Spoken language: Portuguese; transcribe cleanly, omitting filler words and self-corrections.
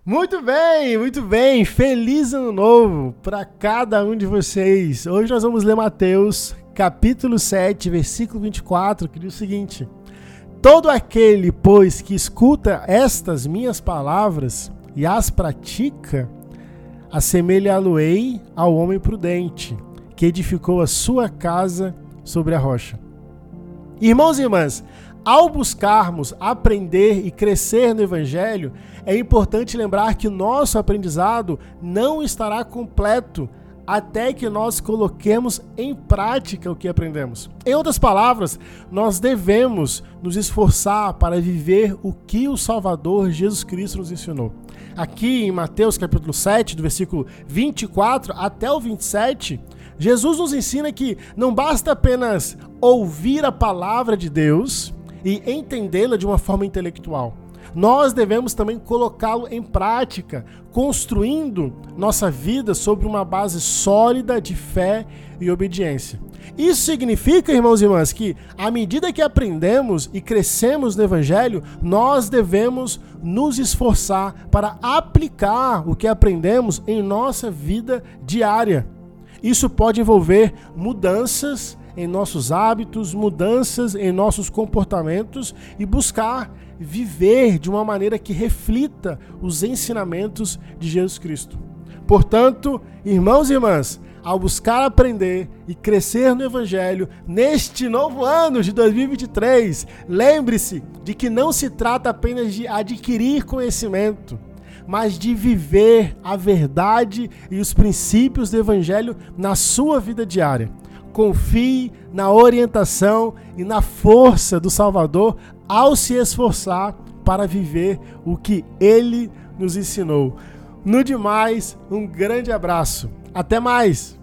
Muito bem, muito bem. Feliz ano novo para cada um de vocês. Hoje nós vamos ler Mateus, capítulo 7, versículo 24, que diz o seguinte: todo aquele, pois, que escuta estas minhas palavras e as pratica, assemelhá-lo-ei ao homem prudente, que edificou a sua casa sobre a rocha. Irmãos e irmãs, ao buscarmos aprender e crescer no Evangelho, é importante lembrar que nosso aprendizado não estará completo até que nós coloquemos em prática o que aprendemos. Em outras palavras, nós devemos nos esforçar para viver o que o Salvador Jesus Cristo nos ensinou. Aqui em Mateus capítulo 7, do versículo 24 até o 27, Jesus nos ensina que não basta apenas ouvir a palavra de Deus e entendê-la de uma forma intelectual. Nós devemos também colocá-lo em prática, construindo nossa vida sobre uma base sólida de fé e obediência. Isso significa, irmãos e irmãs, que à medida que aprendemos e crescemos no Evangelho, nós devemos nos esforçar para aplicar o que aprendemos em nossa vida diária. Isso pode envolver mudanças em nossos hábitos, mudanças em nossos comportamentos e buscar viver de uma maneira que reflita os ensinamentos de Jesus Cristo. Portanto, irmãos e irmãs, ao buscar aprender e crescer no Evangelho neste novo ano de 2023, lembre-se de que não se trata apenas de adquirir conhecimento, mas de viver a verdade e os princípios do Evangelho na sua vida diária. Confie na orientação e na força do Salvador ao se esforçar para viver o que Ele nos ensinou. No demais, um grande abraço. Até mais!